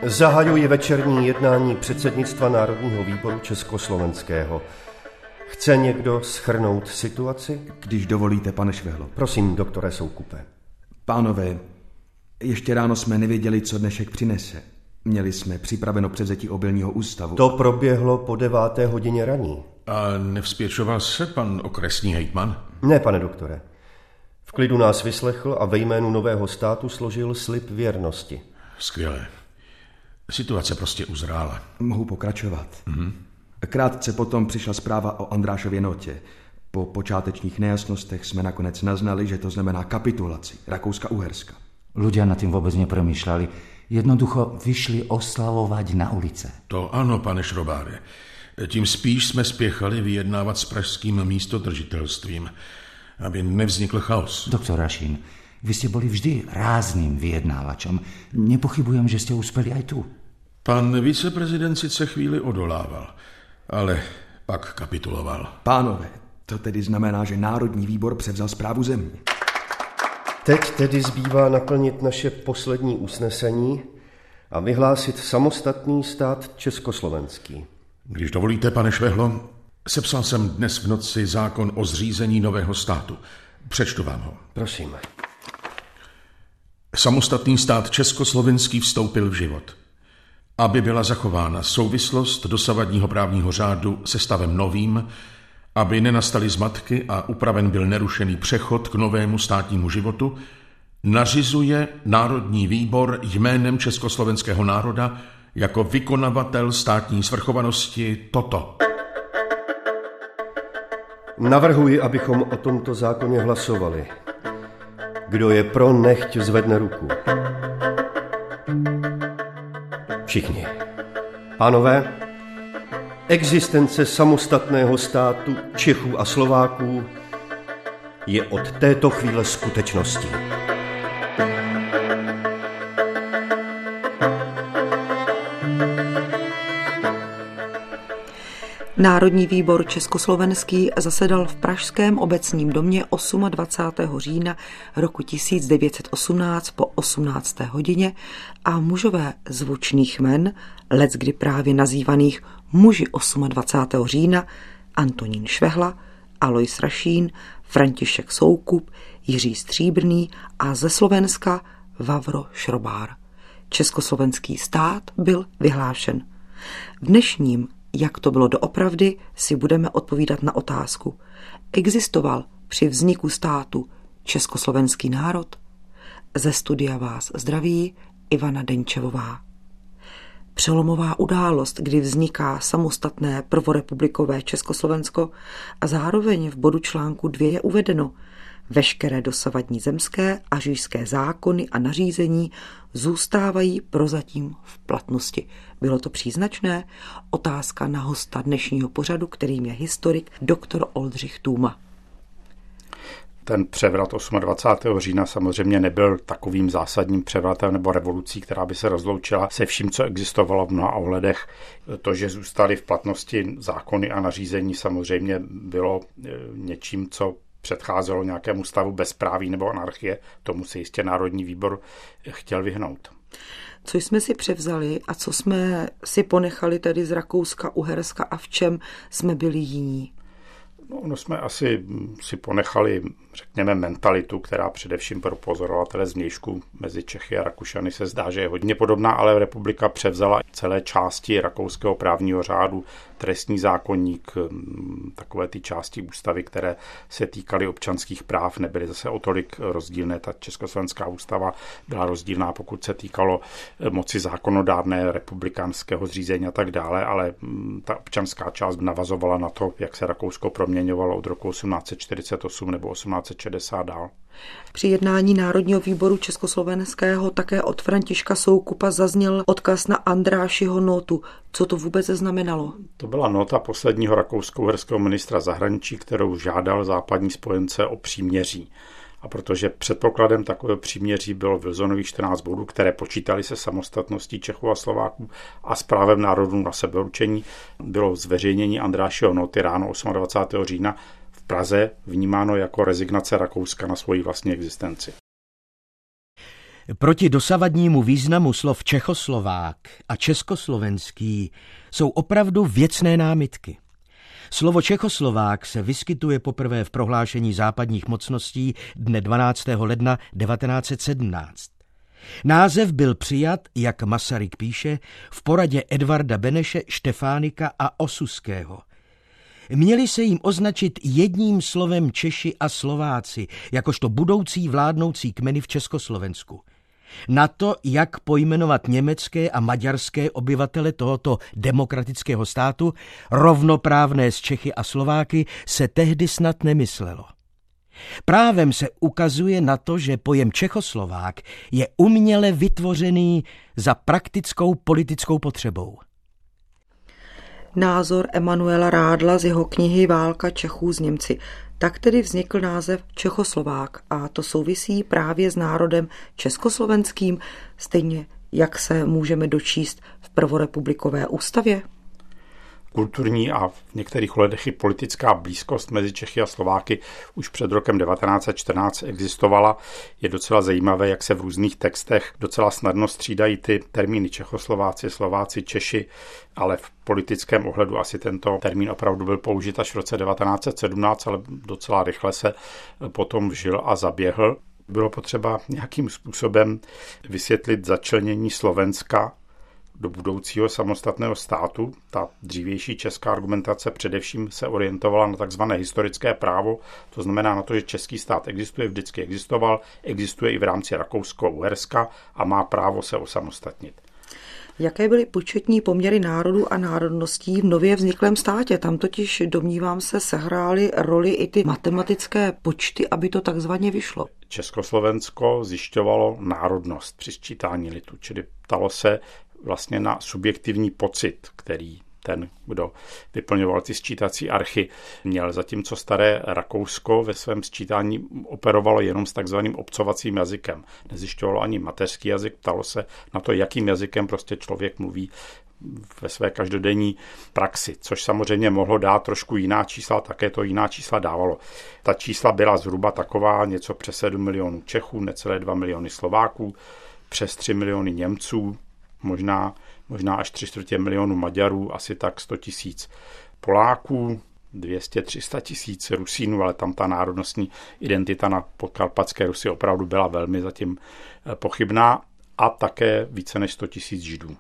Zahajuji večerní jednání předsednictva Národního výboru Československého. Chce někdo shrnout situaci? Když dovolíte, pane Švehlo. Prosím, doktore Soukupe. Pánové, ještě ráno jsme nevěděli, co dnešek přinese. Měli jsme připraveno převzetí obilního ústavu. To proběhlo po 9. hodině raní. A nevzpěčoval se pan okresní hejtman? Ne, pane doktore. V klidu nás vyslechl a ve jménu nového státu složil slib věrnosti. Skvělé. Situace prostě uzrála. Mohu pokračovat. Krátce potom přišla zpráva o Andrášově notě. Po počátečních nejasnostech jsme nakonec naznali, že to znamená kapitulaci Rakouska-Uherska. Ľudia nad tým vôbec nepremýšľali. Jednoducho vyšli oslavovať na ulice. To ano, pane Šrobáre. Tím spíš jsme spěchali vyjednávat s pražským místodržitelstvím, aby nevznikl chaos. Doktor Rašín, vy ste boli vždy rázným vyjednávačom. Nepochybujem, že ste uspeli aj tu. Pan viceprezident sice chvíli odolával, ale pak kapituloval. Pánové, to tedy znamená, že Národní výbor převzal správu země. Teď tedy zbývá naplnit naše poslední usnesení a vyhlásit samostatný stát československý. Když dovolíte, pane Švehlo, sepsal jsem dnes v noci zákon o zřízení nového státu. Přečtu vám ho. Prosím. Samostatný stát československý vstoupil v život. Aby byla zachována souvislost dosavadního právního řádu se stavem novým, aby nenastaly zmatky a upraven byl nerušený přechod k novému státnímu životu, nařizuje Národní výbor jménem československého národa jako vykonavatel státní svrchovanosti toto. Navrhuji, abychom o tomto zákoně hlasovali. Kdo je pro, nechť zvedne ruku. Všichni. Pánové, existence samostatného státu Čechů a Slováků je od této chvíle skutečností. Národní výbor československý zasedal v Pražském obecním domě 28. října roku 1918 po 18. hodině a mužové zvučných jmen, leckdy právě nazývaných muži 28. října, Antonín Švehla, Alois Rašín, František Soukup, Jiří Stříbrný a ze Slovenska Vavro Šrobár. Československý stát byl vyhlášen. V dnešním Jak to bylo doopravdy, si budeme odpovídat na otázku. Existoval při vzniku státu československý národ? Ze studia vás zdraví Ivana Denčevová. Přelomová událost, kdy vzniká samostatné prvorepublikové Československo a zároveň v bodu článku 2 je uvedeno: veškeré dosavadní zemské a říšské zákony a nařízení zůstávají prozatím v platnosti. Bylo to příznačné? Otázka na hosta dnešního pořadu, kterým je historik dr. Oldřich Tůma. Ten převrat 28. října samozřejmě nebyl takovým zásadním převratem nebo revolucí, která by se rozloučila se vším, co existovalo v mnoha ohledech. To, že zůstaly v platnosti zákony a nařízení, samozřejmě bylo něčím, co předcházelo nějakému stavu bezpráví nebo anarchie. Tomu se jistě Národní výbor chtěl vyhnout. Co jsme si převzali a co jsme si ponechali tedy z Rakouska, Uherska a v čem jsme byli jiní? No jsme asi si ponechali, řekněme, mentalitu, která především pro pozorovatele zvnějšku mezi Čechy a Rakušany se zdá, že je hodně podobná, ale republika převzala celé části rakouského právního řádu, trestní zákoník, takové ty části ústavy, které se týkaly občanských práv, nebyly zase o tolik rozdílné. Ta československá ústava byla rozdílná, pokud se týkalo moci zákonodárné, republikánského zřízení a tak dále, ale ta občanská část navazovala na to, jak se Rakousko proměňovalo od roku 1848 nebo 1860 dál. Při jednání Národního výboru československého také od Františka Soukupa zazněl odkaz na Andrášiho notu. Co to vůbec znamenalo? To byla nota posledního rakousko-uherského ministra zahraničí, kterou žádal západní spojence o příměří. A protože předpokladem takového příměří bylo Wilsonových 14 bodů, které počítali se samostatností Čechů a Slováků a s právem národů na sebeurčení, bylo zveřejnění Andrášiho noty ráno 28. října v Praze vnímáno jako rezignace Rakouska na svoji vlastní existenci. Proti dosavadnímu významu slov Čechoslovák a československý jsou opravdu věcné námitky. Slovo Čechoslovák se vyskytuje poprvé v prohlášení západních mocností dne 12. ledna 1917. Název byl přijat, jak Masaryk píše, v poradě Edvarda Beneše, Štefánika a Osuského. Měli se jim označit jedním slovem Češi a Slováci, jakožto budoucí vládnoucí kmeny v Československu. Na to, jak pojmenovat německé a maďarské obyvatele tohoto demokratického státu, rovnoprávné s Čechy a Slováky, se tehdy snad nemyslelo. Právem se ukazuje na to, že pojem Čechoslovák je uměle vytvořený za praktickou politickou potřebou. Názor Emanuela Rádla z jeho knihy Válka Čechů s Němci. Tak tedy vznikl název Čechoslovák a to souvisí právě s národem československým, stejně jak se můžeme dočíst v prvorepublikové ústavě. Kulturní a v některých ohledech i politická blízkost mezi Čechy a Slováky už před rokem 1914 existovala. Je docela zajímavé, jak se v různých textech docela snadno střídají ty termíny Čechoslováci, Slováci, Češi, ale v politickém ohledu asi tento termín opravdu byl použit až v roce 1917, ale docela rychle se potom vžil a zaběhl. Bylo potřeba nějakým způsobem vysvětlit začlenění Slovenska do budoucího samostatného státu. Ta dřívější česká argumentace především se orientovala na takzvané historické právo, to znamená na to, že český stát existuje, vždycky existoval, existuje i v rámci Rakousko-Uherska a má právo se osamostatnit. Jaké byly početní poměry národů a národností v nově vzniklém státě? Tam totiž, domnívám se, sehrály roli i ty matematické počty, aby to takzvaně vyšlo. Československo zjišťovalo národnost při sčítání lidu, čili ptalo se vlastně na subjektivní pocit, který ten, kdo vyplňoval ty sčítací archy, měl. Zatímco staré Rakousko ve svém sčítání operovalo jenom s takzvaným obcovacím jazykem. Nezjišťovalo ani mateřský jazyk, ptalo se na to, jakým jazykem prostě člověk mluví ve své každodenní praxi, což samozřejmě mohlo dát trošku jiná čísla, také to jiná čísla dávalo. Ta čísla byla zhruba taková, něco přes 7 milionů Čechů, necelé 2 miliony Slováků, přes 3 miliony Němců, možná až 3/4 milionu Maďarů, asi tak 100 000 Poláků, 200-300 000 Rusínů, ale tam ta národnostní identita na podkarpatské Rusy opravdu byla velmi zatím pochybná a také více než 100 000 Židů.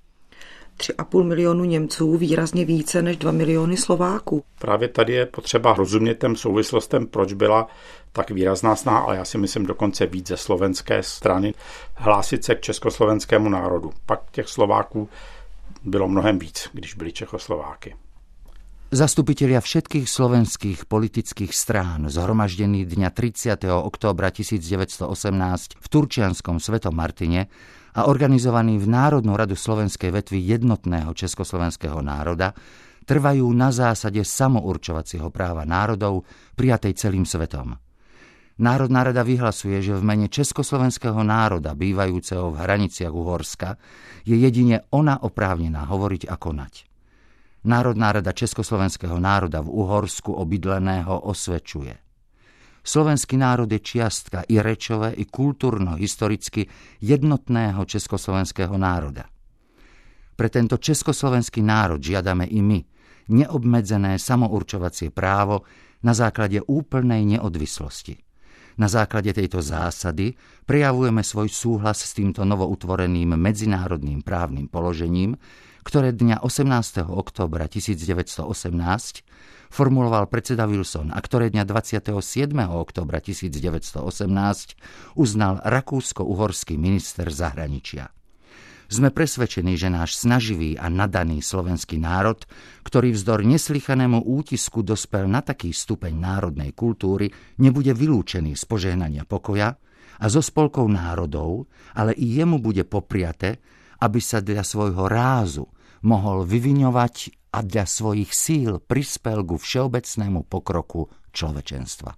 3,5 milionu Němců, výrazně více než 2 miliony Slováků. Právě tady je potřeba rozumět těm souvislostem, proč byla tak výrazná snaha, ale já si myslím dokonce víc ze slovenské strany, hlásit se k československému národu. Pak těch Slováků bylo mnohem víc, když byli Čechoslováky. Zastupitelia všetkých slovenských politických strán zhromaždení dňa 30. októbra 1918 v Turčianskom Svetom Martine a organizovaní v Národnú radu slovenskej vetvy jednotného československého národa trvajú na zásade samourčovacieho práva národov prijatej celým svetom. Národná rada vyhlasuje, že v mene československého národa bývajúceho v hraniciach Uhorska je jedine ona oprávnená hovoriť a konať. Národná rada československého národa v Uhorsku obydleného osvedčuje: slovenský národ je čiastka i rečové, i kultúrno-historicky jednotného československého národa. Pre tento československý národ žiadame i my neobmedzené samourčovacie právo na základe úplnej neodvislosti. Na základe tejto zásady prejavujeme svoj súhlas s týmto novoutvoreným medzinárodným právnym položením, ktoré dňa 18. októbra 1918 formuloval predseda Wilson a ktoré dňa 27. októbra 1918 uznal rakúsko-uhorský minister zahraničia. Sme presvedčení, že náš snaživý a nadaný slovenský národ, ktorý vzdor neslychanému útisku dospel na taký stupeň národnej kultúry, nebude vylúčený z požehnania pokoja a zo spolkov národov, ale i jemu bude popriate, aby sa dla svojho rázu mohol vyviňovať a dla svojich síl prispel ku všeobecnému pokroku človečenstva.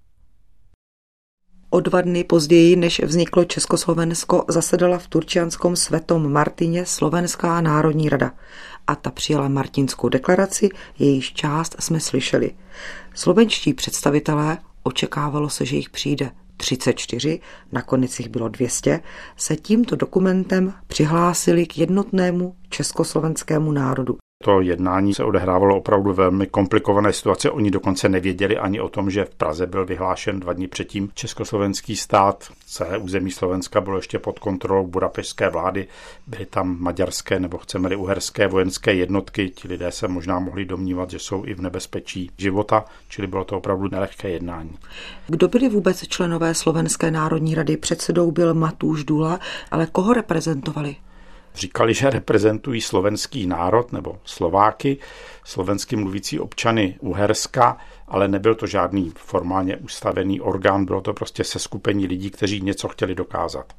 O 2 dny později, než vzniklo Československo, zasedala v Turčianskom Svetom Martině Slovenská národní rada a ta přijala Martinskou deklaraci, jejíž část jsme slyšeli. Slovenští představitelé, očekávalo se, že jich přijde 34, nakonec jich bylo 200, se tímto dokumentem přihlásili k jednotnému československému národu. To jednání se odehrávalo opravdu velmi komplikované situace. Oni dokonce nevěděli ani o tom, že v Praze byl vyhlášen 2 dny předtím československý stát. Celé území Slovenska bylo ještě pod kontrolou budapešťské vlády. Byly tam maďarské nebo chceme-li uherské vojenské jednotky. Ti lidé se možná mohli domnívat, že jsou i v nebezpečí života, čili bylo to opravdu nelehké jednání. Kdo byli vůbec členové Slovenské národní rady? Předsedou byl Matúš Dula, ale koho reprezentovali? Říkali, že reprezentují slovenský národ nebo Slováky, slovensky mluvící občany Uherska, ale nebyl to žádný formálně ustavený orgán, bylo to prostě seskupení lidí, kteří něco chtěli dokázat.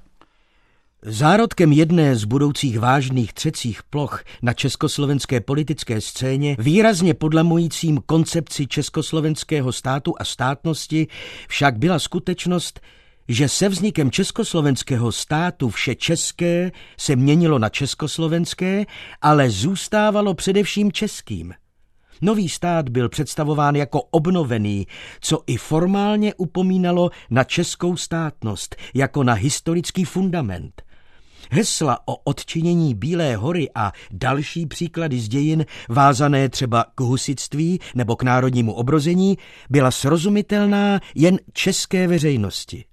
Zárodkem jedné z budoucích vážných třecích ploch na československé politické scéně, výrazně podlamujícím koncepci československého státu a státnosti, však byla skutečnost, že se vznikem československého státu vše české se měnilo na československé, ale zůstávalo především českým. Nový stát byl představován jako obnovený, co i formálně upomínalo na českou státnost, jako na historický fundament. Hesla o odčinění Bílé hory a další příklady z dějin, vázané třeba k husitství nebo k národnímu obrození, byla srozumitelná jen české veřejnosti.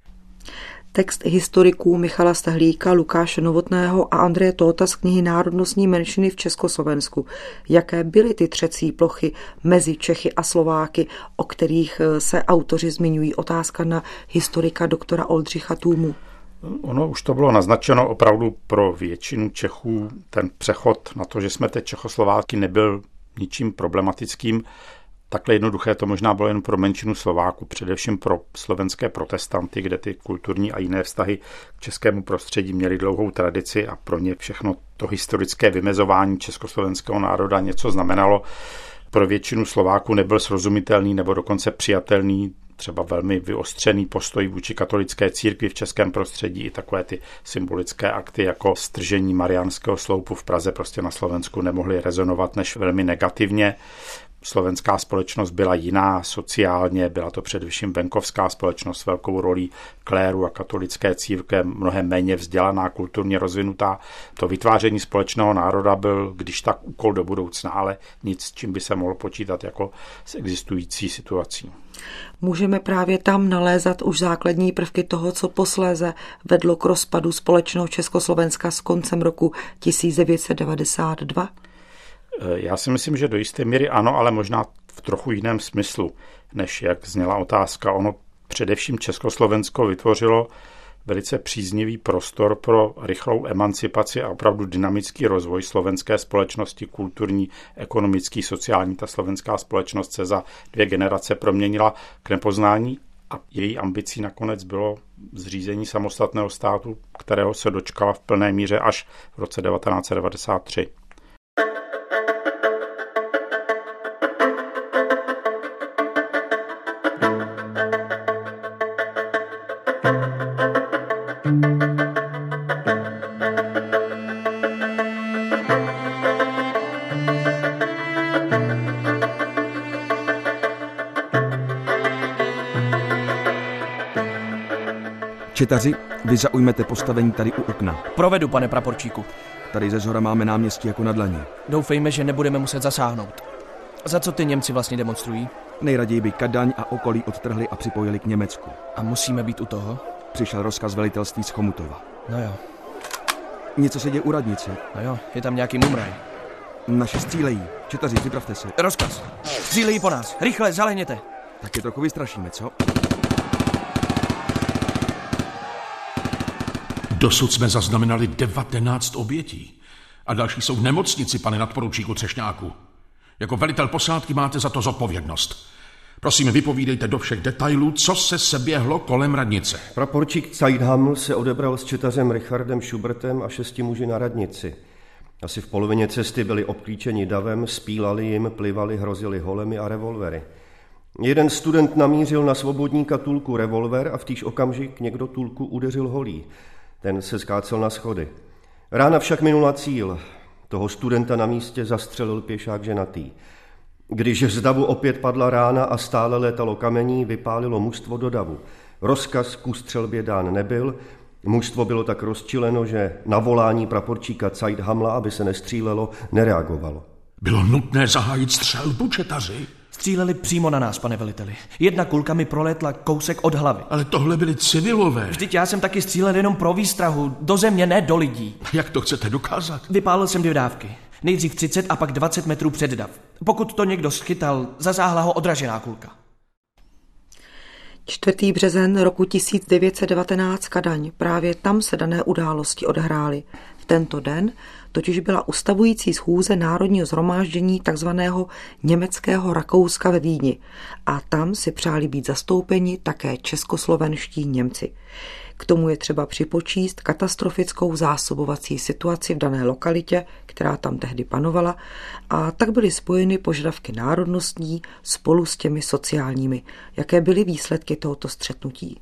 Text historiků Michala Stehlíka, Lukáše Novotného a Andreje Tóta z knihy Národnostní menšiny v Československu. Jaké byly ty třecí plochy mezi Čechy a Slováky, o kterých se autoři zmiňují? Otázka na historika doktora Oldřicha Tůmu. Ono už to bylo naznačeno, opravdu pro většinu Čechů ten přechod na to, že jsme teď Čechoslováky, nebyl ničím problematickým. Takhle jednoduché to možná bylo jen pro menšinu Slováků, především pro slovenské protestanty, kde ty kulturní a jiné vztahy k českému prostředí měly dlouhou tradici a pro ně všechno to historické vymezování československého národa něco znamenalo. Pro většinu Slováků nebyl srozumitelný nebo dokonce přijatelný třeba velmi vyostřený postoj vůči katolické církvi v českém prostředí, i takové ty symbolické akty jako stržení Mariánského sloupu v Praze prostě na Slovensku nemohly rezonovat než velmi negativně. Slovenská společnost byla jiná sociálně, byla to především venkovská společnost s velkou rolí kléru a katolické církve, mnohem méně vzdělaná, kulturně rozvinutá. To vytváření společného národa byl, když tak, úkol do budoucna, ale nic, s čím by se mohlo počítat jako s existující situací. Můžeme právě tam nalézat už základní prvky toho, co posléze vedlo k rozpadu společného Československa s koncem roku 1992? Já si myslím, že do jisté míry ano, ale možná v trochu jiném smyslu, než jak zněla otázka. Ono především Československo vytvořilo velice příznivý prostor pro rychlou emancipaci a opravdu dynamický rozvoj slovenské společnosti, kulturní, ekonomický, sociální. Ta slovenská společnost se za 2 generace proměnila k nepoznání a její ambicí nakonec bylo zřízení samostatného státu, kterého se dočkala v plné míře až v roce 1993. Četaři, vy zaujmete postavení tady u okna. Provedu, pane praporčíku. Tady ze zhora máme náměstí jako na dlani. Doufejme, že nebudeme muset zasáhnout. Za co ty Němci vlastně demonstrují? Nejraději by Kadaň a okolí odtrhli a připojili k Německu. A musíme být u toho? Přišel rozkaz velitelství z Chomutova. No jo. Něco se děje u radnice. No jo, je tam nějaký mumraj. Naši střílejí. Četaři, připravte se. Rozkaz. Střílejí po nás. Rychle, zalehněte. Tak je trochu vystrašíme, co? Dosud jsme zaznamenali 19 obětí. A další jsou v nemocnici, pane nadporučíku Třešňáku. Jako velitel posádky máte za to zodpovědnost. Prosím, vypovídejte do všech detailů, co se seběhlo kolem radnice. Praporčík Zeithaml se odebral s četařem Richardem Schubertem a 6 muži na radnici. Asi v polovině cesty byli obklíčeni davem, spílali jim, plivali, hrozili holemi a revolvery. Jeden student namířil na svobodníka Tulku revolver a v týž okamžik někdo Tulku udeřil holí. Ten se skácel na schody. Rána však minula cíl. Toho studenta na místě zastřelil pěšák ženatý. Když z davu opět padla rána a stále létalo kamení, vypálilo mužstvo do davu. Rozkaz k ústřelbě dán nebyl, mužstvo bylo tak rozčileno, že na volání praporčíka Zeithamla, aby se nestřílelo, nereagovalo. Bylo nutné zahájit střelbu, četaři? Stříleli přímo na nás, pane veliteli. Jedna kulka mi prolétla kousek od hlavy. Ale tohle byli civilové. Vždyť já jsem taky střílel jenom pro výstrahu. Do země, ne do lidí. Jak to chcete dokázat? Vypálil jsem 2 dávky. Nejdřív 30 a pak 20 metrů před dav. Pokud to někdo schytal, zasáhla ho odražená kulka. 4. březen roku 1919 Kadaň. Právě tam se dané události odehrály. V tento den totiž byla ustavující schůze Národního shromáždění takzvaného německého Rakouska ve Vídni. A tam si přáli být zastoupeni také českoslovenští Němci. K tomu je třeba připočíst katastrofickou zásobovací situaci v dané lokalitě, která tam tehdy panovala, a tak byly spojeny požadavky národnostní spolu s těmi sociálními. Jaké byly výsledky tohoto střetnutí?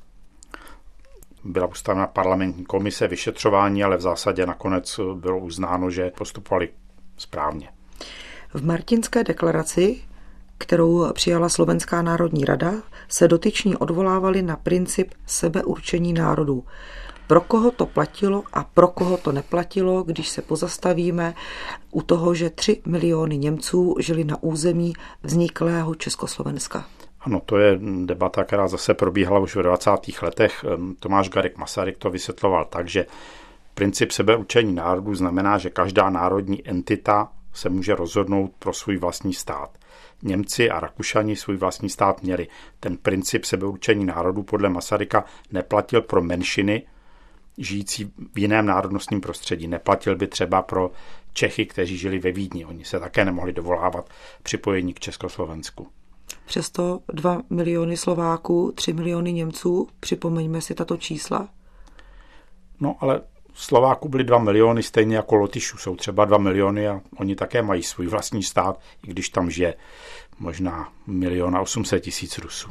Byla ustavena parlamentní komise vyšetřování, ale v zásadě nakonec bylo uznáno, že postupovali správně. V Martinské deklaraci, kterou přijala Slovenská národní rada, se dotyční odvolávali na princip sebeurčení národů. Pro koho to platilo a pro koho to neplatilo, když se pozastavíme u toho, že 3 miliony Němců žili na území vzniklého Československa? Ano, to je debata, která zase probíhala už v 20. letech. Tomáš Garrigue Masaryk to vysvětloval tak, že princip sebeurčení národů znamená, že každá národní entita se může rozhodnout pro svůj vlastní stát. Němci a Rakušani svůj vlastní stát měli. Ten princip sebeurčení národů podle Masaryka neplatil pro menšiny žijící v jiném národnostním prostředí. Neplatil by třeba pro Čechy, kteří žili ve Vídni. Oni se také nemohli dovolávat připojení k Československu. Přesto 2 miliony Slováků, 3 miliony Němců, připomeňme si tato čísla. No, ale Slováků byly 2 miliony, stejně jako Lotyšů jsou třeba 2 miliony a oni také mají svůj vlastní stát, i když tam žije možná 1 800 000 Rusů.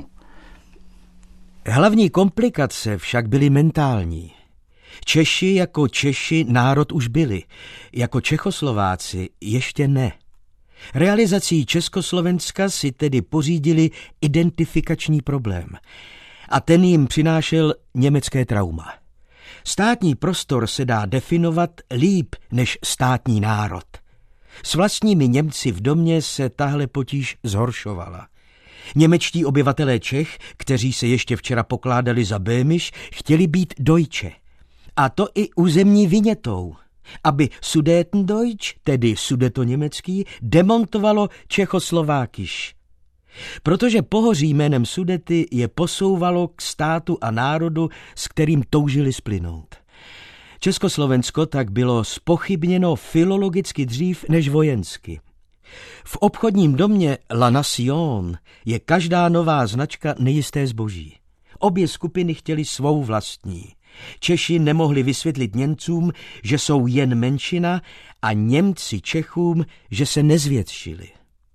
Hlavní komplikace však byly mentální. Češi jako Češi národ už byli, jako Čechoslováci ještě ne. Realizací Československa si tedy pořídili identifikační problém a ten jim přinášel německé trauma. Státní prostor se dá definovat líp než státní národ. S vlastními Němci v domě se tahle potíž zhoršovala. Němečtí obyvatelé Čech, kteří se ještě včera pokládali za Böhmisch, chtěli být Deutsche. A to i územní vinětou, aby Sudetendeutsch, tedy Sudetoněmecký, demontovalo Čechoslovákisch. Protože pohoří jménem Sudety je posouvalo k státu a národu, s kterým toužili splynout. Československo tak bylo zpochybněno filologicky dřív než vojensky. V obchodním domě La Nation je každá nová značka nejisté zboží. Obě skupiny chtěly svou vlastní. Češi nemohli vysvětlit Němcům, že jsou jen menšina, a Němci Čechům, že se nezvětšili.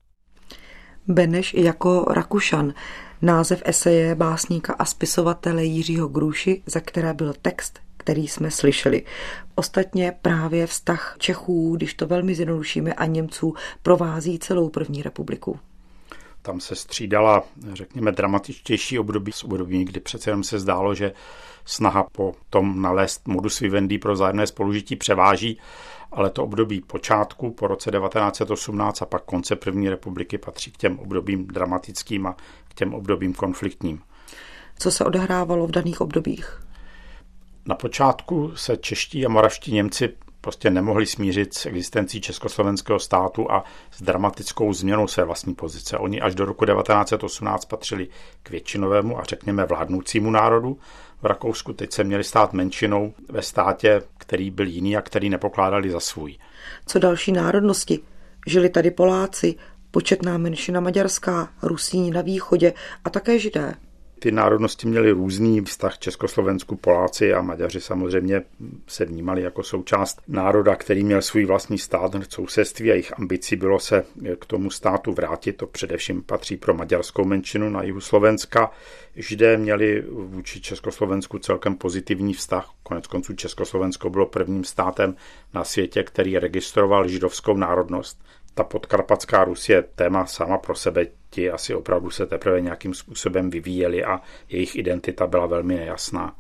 Beneš jako Rakušan, název eseje básníka a spisovatele Jiřího Grůši, za které byl text, který jsme slyšeli. Ostatně právě vztah Čechů, když to velmi zjednodušíme, a Němců provází celou první republiku. Tam se střídala, řekněme, dramatičtější období s období, kdy přece jenom se zdálo, že snaha po tom nalézt modus vivendi pro vzájemné spolužití převáží, ale to období počátku po roce 1918 a pak konce první republiky patří k těm obdobím dramatickým a k těm obdobím konfliktním. Co se odehrávalo v daných obdobích? Na počátku se čeští a moravští Němci prostě nemohli smířit s existencí československého státu a s dramatickou změnou své vlastní pozice. Oni až do roku 1918 patřili k většinovému a řekněme vládnoucímu národu. V Rakousku teď se měli stát menšinou ve státě, který byl jiný a který nepokládali za svůj. Co další národnosti? Žili tady Poláci, početná menšina maďarská, Rusíni na východě a také Židé. Ty národnosti měly různý vztah Československu. Poláci a Maďaři samozřejmě se vnímali jako součást národa, který měl svůj vlastní stát v sousedství a jejich ambicí bylo se k tomu státu vrátit. To především patří pro maďarskou menšinu na jihu Slovenska. Židé měli vůči Československu celkem pozitivní vztah. Koneckonců Československo bylo prvním státem na světě, který registroval židovskou národnost. Ta Podkarpatská Rus je téma sama pro sebe, ti asi opravdu se teprve nějakým způsobem vyvíjeli a jejich identita byla velmi nejasná.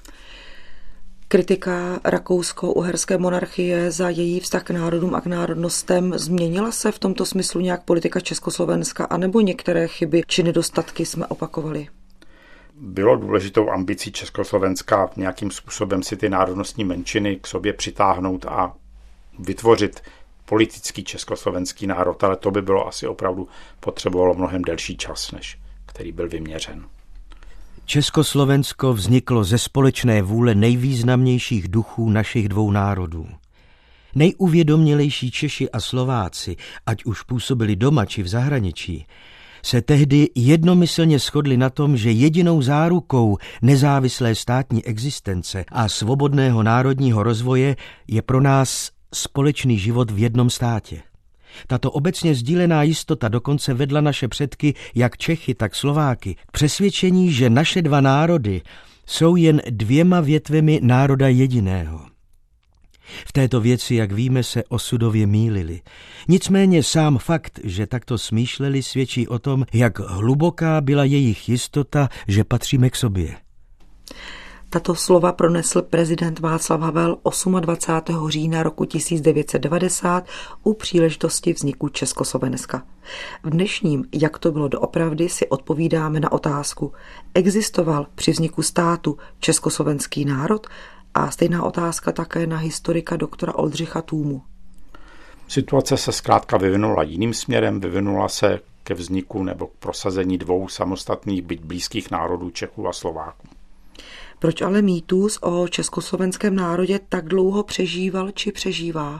Kritika rakousko-uherské monarchie za její vztah k národům a k národnostem, změnila se v tomto smyslu nějak politika Československa, anebo některé chyby či nedostatky jsme opakovali? Bylo důležitou ambicí Československa nějakým způsobem si ty národnostní menšiny k sobě přitáhnout a vytvořit politický československý národ, ale to by bylo asi opravdu potřebovalo mnohem delší čas, než který byl vyměřen. Československo vzniklo ze společné vůle nejvýznamnějších duchů našich dvou národů. Nejuvědomělejší Češi a Slováci, ať už působili doma či v zahraničí, se tehdy jednomyslně shodli na tom, že jedinou zárukou nezávislé státní existence a svobodného národního rozvoje je pro nás společný život v jednom státě. Tato obecně sdílená jistota dokonce vedla naše předky, jak Čechy, tak Slováky, k přesvědčení, že naše dva národy jsou jen dvěma větvemi národa jediného. V této věci, jak víme, se osudově mýlili. Nicméně sám fakt, že takto smýšleli, svědčí o tom, jak hluboká byla jejich jistota, že patříme k sobě. Tato slova pronesl prezident Václav Havel 28. října roku 1990 u příležitosti vzniku Československa. V dnešním Jak to bylo doopravdy si odpovídáme na otázku: existoval při vzniku státu československý národ? A stejná otázka také na historika doktora Oldřicha Tůmu. Situace se zkrátka vyvinula jiným směrem, vyvinula se ke vzniku nebo k prosazení dvou samostatných byť blízkých národů Čechů a Slováků. Proč ale mýtus o československém národě tak dlouho přežíval či přežívá?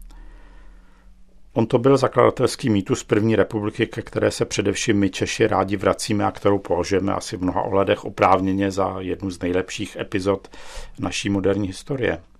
On to byl zakladatelský mýtus první republiky, ke které se především my Češi rádi vracíme a kterou považujeme asi v mnoha ohledech oprávněně za jednu z nejlepších epizod naší moderní historie.